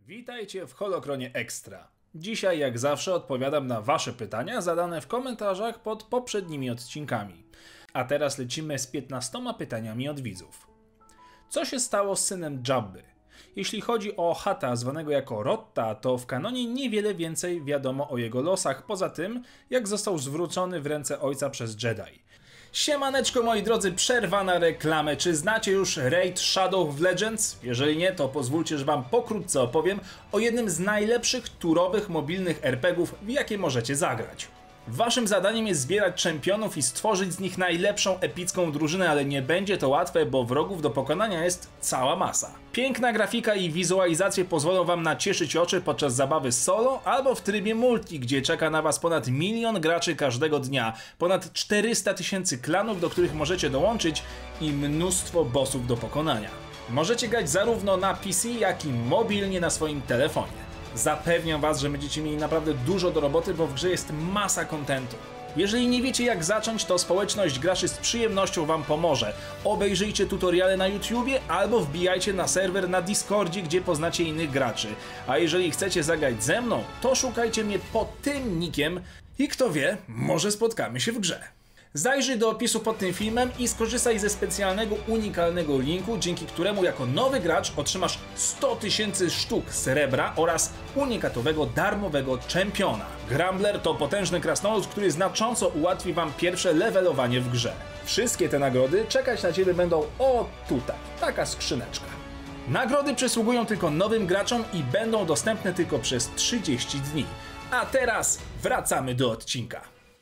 Witajcie w Holokronie Extra. Dzisiaj jak zawsze odpowiadam na wasze pytania zadane w komentarzach pod poprzednimi odcinkami. A teraz lecimy z 15 pytaniami od widzów. Co się stało z synem Jabby? Jeśli chodzi o Hata zwanego jako Rotta, to w kanonie niewiele więcej wiadomo o jego losach, poza tym jak został zwrócony w ręce ojca przez Jedi. Siemaneczko moi drodzy, przerwa na reklamę. Czy znacie już Raid Shadow of Legends? Jeżeli nie, to pozwólcie, że wam pokrótce opowiem o jednym z najlepszych turowych mobilnych RPGów, w jakie możecie zagrać. Waszym zadaniem jest zbierać czempionów i stworzyć z nich najlepszą epicką drużynę, ale nie będzie to łatwe, bo wrogów do pokonania jest cała masa. Piękna grafika i wizualizacje pozwolą wam nacieszyć oczy podczas zabawy solo albo w trybie multi, gdzie czeka na was ponad 1 milion graczy każdego dnia, ponad 400 000 klanów, do których możecie dołączyć i mnóstwo bossów do pokonania. Możecie grać zarówno na PC, jak i mobilnie na swoim telefonie. Zapewniam was, że będziecie mieli naprawdę dużo do roboty, bo w grze jest masa kontentu. Jeżeli nie wiecie jak zacząć, to społeczność graczy z przyjemnością wam pomoże. Obejrzyjcie tutoriale na YouTubie albo wbijajcie na serwer na Discordzie, gdzie poznacie innych graczy. A jeżeli chcecie zagrać ze mną, to szukajcie mnie pod tym nickiem i kto wie, może spotkamy się w grze. Zajrzyj do opisu pod tym filmem i skorzystaj ze specjalnego, unikalnego linku, dzięki któremu jako nowy gracz otrzymasz 100 000 sztuk srebra oraz unikatowego, darmowego czempiona. Grumbler to potężny krasnolud, który znacząco ułatwi wam pierwsze levelowanie w grze. Wszystkie te nagrody czekać na ciebie będą tutaj, taka skrzyneczka. Nagrody przysługują tylko nowym graczom i będą dostępne tylko przez 30 dni. A teraz wracamy do odcinka.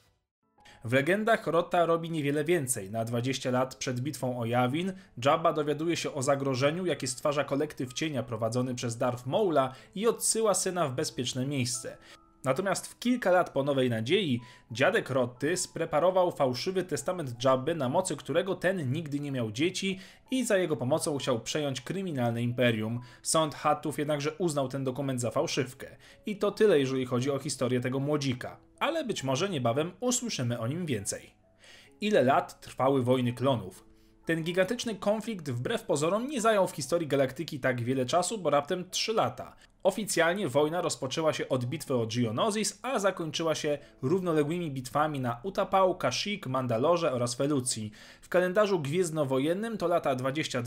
W legendach Rotta robi niewiele więcej. Na 20 lat przed bitwą o Yavin, Jabba dowiaduje się o zagrożeniu, jakie stwarza kolektyw cienia prowadzony przez Darth Maula i odsyła syna w bezpieczne miejsce. Natomiast w kilka lat po Nowej Nadziei, dziadek Rotty spreparował fałszywy testament Jabby, na mocy którego ten nigdy nie miał dzieci i za jego pomocą chciał przejąć kryminalne imperium. Sąd Huttów jednakże uznał ten dokument za fałszywkę. I to tyle, jeżeli chodzi o historię tego młodzika. Ale być może niebawem usłyszymy o nim więcej. Ile lat trwały wojny klonów? Ten gigantyczny konflikt wbrew pozorom nie zajął w historii galaktyki tak wiele czasu, bo raptem 3 lata. Oficjalnie wojna rozpoczęła się od bitwy o Geonosis, a zakończyła się równoległymi bitwami na Utapau, Kashyyyk, Mandalorze oraz Felucji. W kalendarzu gwiezdnowojennym to lata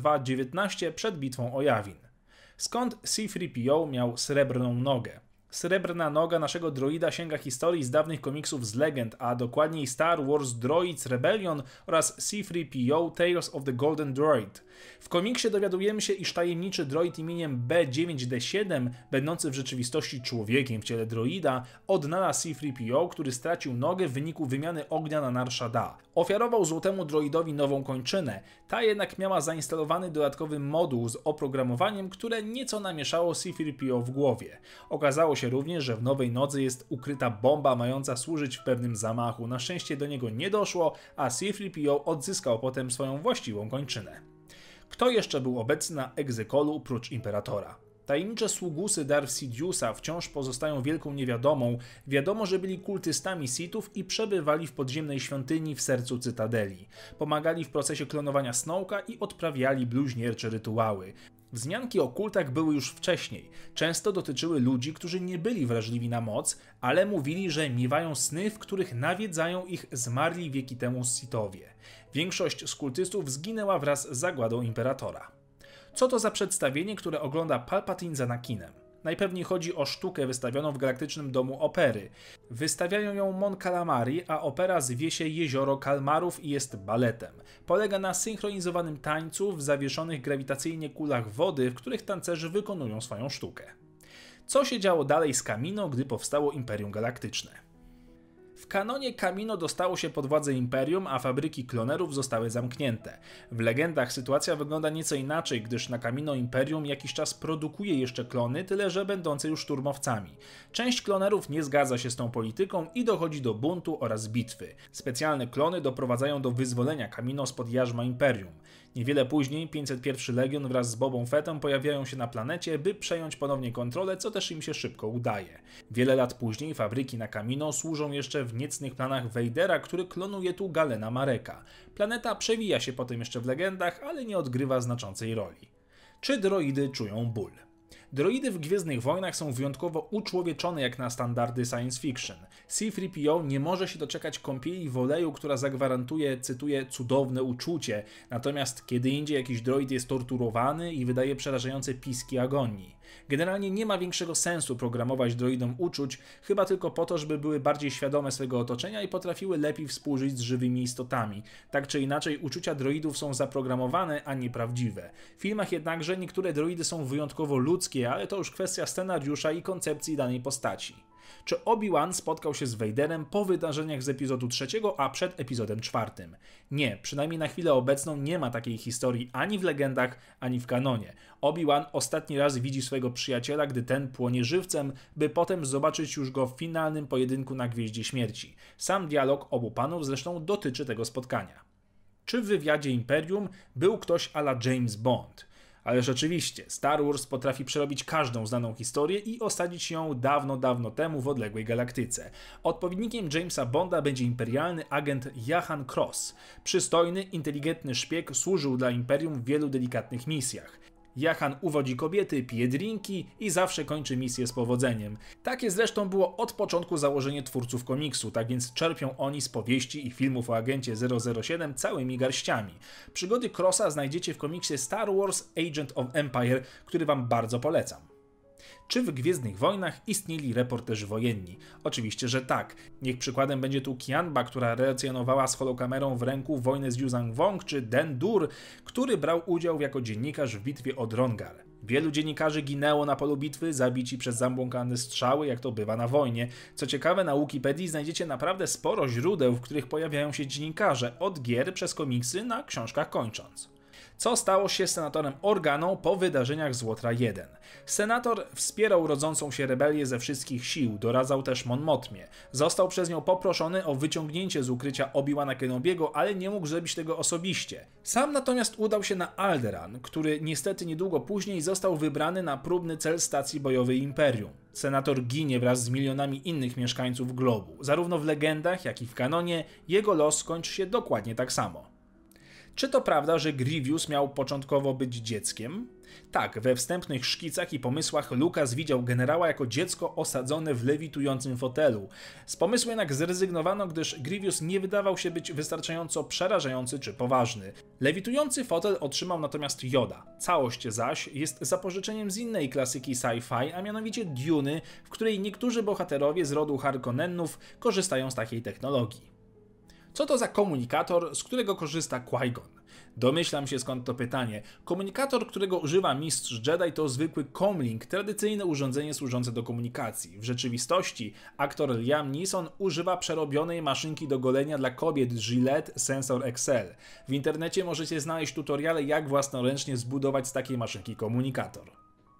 22-19 przed bitwą o Yavin. Skąd C-3PO miał srebrną nogę? Srebrna noga naszego droida sięga historii z dawnych komiksów z legend, a dokładniej Star Wars Droids Rebellion oraz C-3PO Tales of the Golden Droid. W komiksie dowiadujemy się, iż tajemniczy droid imieniem B9D7, będący w rzeczywistości człowiekiem w ciele droida, odnalazł C-3PO, który stracił nogę w wyniku wymiany ognia na Nar Shaddaa. Ofiarował złotemu droidowi nową kończynę, ta jednak miała zainstalowany dodatkowy moduł z oprogramowaniem, które nieco namieszało C-3PO w głowie. Okazało się również, że w nowej nodze jest ukryta bomba mająca służyć w pewnym zamachu. Na szczęście do niego nie doszło, a C-3PO odzyskał potem swoją właściwą kończynę. Kto jeszcze był obecny na Exegolu prócz Imperatora? Tajemnicze sługusy Darth Sidiousa wciąż pozostają wielką niewiadomą. Wiadomo, że byli kultystami Sithów i przebywali w podziemnej świątyni w sercu Cytadeli. Pomagali w procesie klonowania Snoke'a i odprawiali bluźniercze rytuały. Wzmianki o kultach były już wcześniej. Często dotyczyły ludzi, którzy nie byli wrażliwi na moc, ale mówili, że miewają sny, w których nawiedzają ich zmarli wieki temu Sithowie. Większość z kultystów zginęła wraz z zagładą Imperatora. Co to za przedstawienie, które ogląda Palpatine z Anakinem? Najpewniej chodzi o sztukę wystawioną w Galaktycznym Domu Opery. Wystawiają ją Mon Calamari, a opera zwie się Jezioro Kalmarów i jest baletem. Polega na synchronizowanym tańcu w zawieszonych grawitacyjnie kulach wody, w których tancerze wykonują swoją sztukę. Co się działo dalej z Kamino, gdy powstało Imperium Galaktyczne? W kanonie Kamino dostało się pod władzę Imperium, a fabryki klonerów zostały zamknięte. W legendach sytuacja wygląda nieco inaczej, gdyż na Kamino Imperium jakiś czas produkuje jeszcze klony, tyle że będące już szturmowcami. Część klonerów nie zgadza się z tą polityką i dochodzi do buntu oraz bitwy. Specjalne klony doprowadzają do wyzwolenia Kamino spod jarzma Imperium. Niewiele później 501 Legion wraz z Bobą Fettem pojawiają się na planecie, by przejąć ponownie kontrolę, co też im się szybko udaje. Wiele lat później fabryki na Kamino służą jeszcze w niecnych planach Vadera, który klonuje tu Galena Mareka. Planeta przewija się potem jeszcze w legendach, ale nie odgrywa znaczącej roli. Czy droidy czują ból? Droidy w Gwiezdnych Wojnach są wyjątkowo uczłowieczone jak na standardy science fiction. C-3PO nie może się doczekać kąpieli w oleju, która zagwarantuje, cytuję, cudowne uczucie, natomiast kiedy indziej jakiś droid jest torturowany i wydaje przerażające piski agonii. Generalnie nie ma większego sensu programować droidom uczuć, chyba tylko po to, żeby były bardziej świadome swego otoczenia i potrafiły lepiej współżyć z żywymi istotami. Tak czy inaczej, uczucia droidów są zaprogramowane, a nie prawdziwe. W filmach jednakże niektóre droidy są wyjątkowo ludzkie, ale to już kwestia scenariusza i koncepcji danej postaci. Czy Obi-Wan spotkał się z Vaderem po wydarzeniach z epizodu 3, a przed epizodem 4? Nie, przynajmniej na chwilę obecną nie ma takiej historii ani w legendach, ani w kanonie. Obi-Wan ostatni raz widzi swojego przyjaciela, gdy ten płonie żywcem, by potem zobaczyć już go w finalnym pojedynku na Gwieździe Śmierci. Sam dialog obu panów zresztą dotyczy tego spotkania. Czy w wywiadzie Imperium był ktoś a la James Bond? Ależ oczywiście, Star Wars potrafi przerobić każdą znaną historię i osadzić ją dawno, dawno temu w odległej galaktyce. Odpowiednikiem Jamesa Bonda będzie imperialny agent Jahan Cross. Przystojny, inteligentny szpieg służył dla Imperium w wielu delikatnych misjach. Jahan uwodzi kobiety, pije drinki i zawsze kończy misję z powodzeniem. Takie zresztą było od początku założenie twórców komiksu, tak więc czerpią oni z powieści i filmów o agencie 007 całymi garściami. Przygody Crossa znajdziecie w komiksie Star Wars Agent of Empire, który wam bardzo polecam. Czy w Gwiezdnych Wojnach istnieli reporterzy wojenni? Oczywiście, że tak. Niech przykładem będzie tu Kianba, która relacjonowała z holokamerą w ręku wojnę z Yuzhan Vong, czy Den Dur, który brał udział jako dziennikarz w bitwie o Drongar. Wielu dziennikarzy ginęło na polu bitwy, zabici przez zabłąkane strzały, jak to bywa na wojnie. Co ciekawe, na Wikipedii znajdziecie naprawdę sporo źródeł, w których pojawiają się dziennikarze, od gier przez komiksy na książkach kończąc. Co stało się z senatorem Organą po wydarzeniach z Łotra 1? Senator wspierał rodzącą się rebelię ze wszystkich sił, doradzał też Mon Mothmie. Został przez nią poproszony o wyciągnięcie z ukrycia Obi-Wana Kenobiego, ale nie mógł zrobić tego osobiście. Sam natomiast udał się na Alderaan, który niestety niedługo później został wybrany na próbny cel stacji bojowej Imperium. Senator ginie wraz z milionami innych mieszkańców globu. Zarówno w legendach, jak i w kanonie jego los kończy się dokładnie tak samo. Czy to prawda, że Grievous miał początkowo być dzieckiem? Tak, we wstępnych szkicach i pomysłach Lucas widział generała jako dziecko osadzone w lewitującym fotelu. Z pomysłu jednak zrezygnowano, gdyż Grievous nie wydawał się być wystarczająco przerażający czy poważny. Lewitujący fotel otrzymał natomiast Yoda. Całość zaś jest zapożyczeniem z innej klasyki sci-fi, a mianowicie Duny, w której niektórzy bohaterowie z rodu Harkonnenów korzystają z takiej technologii. Co to za komunikator, z którego korzysta Qui-Gon? Domyślam się skąd to pytanie. Komunikator, którego używa mistrz Jedi, to zwykły comlink, tradycyjne urządzenie służące do komunikacji. W rzeczywistości aktor Liam Neeson używa przerobionej maszynki do golenia dla kobiet Gillette Sensor XL. W internecie możecie znaleźć tutoriale, jak własnoręcznie zbudować z takiej maszynki komunikator.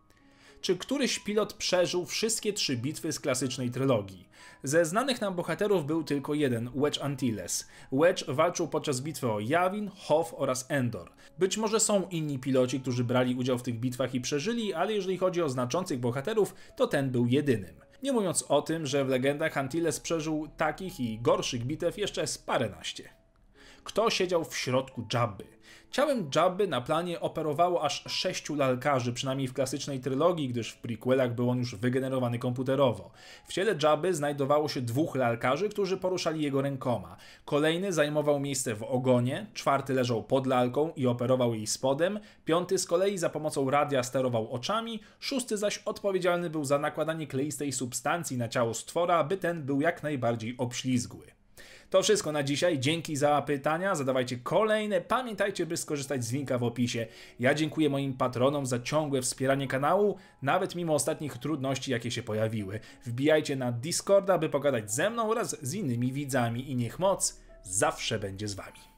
Czy któryś pilot przeżył wszystkie 3 bitwy z klasycznej trylogii? Ze znanych nam bohaterów był tylko jeden, Wedge Antilles. Wedge walczył podczas bitwy o Yavin, Hoth oraz Endor. Być może są inni piloci, którzy brali udział w tych bitwach i przeżyli, ale jeżeli chodzi o znaczących bohaterów, to ten był jedynym. Nie mówiąc o tym, że w legendach Antilles przeżył takich i gorszych bitew jeszcze z paręnaście. Kto siedział w środku Jabby? Ciałem Jabby na planie operowało aż 6 lalkarzy, przynajmniej w klasycznej trylogii, gdyż w prequelach był on już wygenerowany komputerowo. W ciele Jabby znajdowało się 2 lalkarzy, którzy poruszali jego rękoma. Kolejny zajmował miejsce w ogonie, 4 leżał pod lalką i operował jej spodem, 5 z kolei za pomocą radia sterował oczami, 6 zaś odpowiedzialny był za nakładanie kleistej substancji na ciało stwora, by ten był jak najbardziej obślizgły. To wszystko na dzisiaj. Dzięki za pytania. Zadawajcie kolejne. Pamiętajcie, by skorzystać z linka w opisie. Ja dziękuję moim patronom za ciągłe wspieranie kanału, nawet mimo ostatnich trudności, jakie się pojawiły. Wbijajcie na Discorda, by pogadać ze mną oraz z innymi widzami i niech moc zawsze będzie z wami.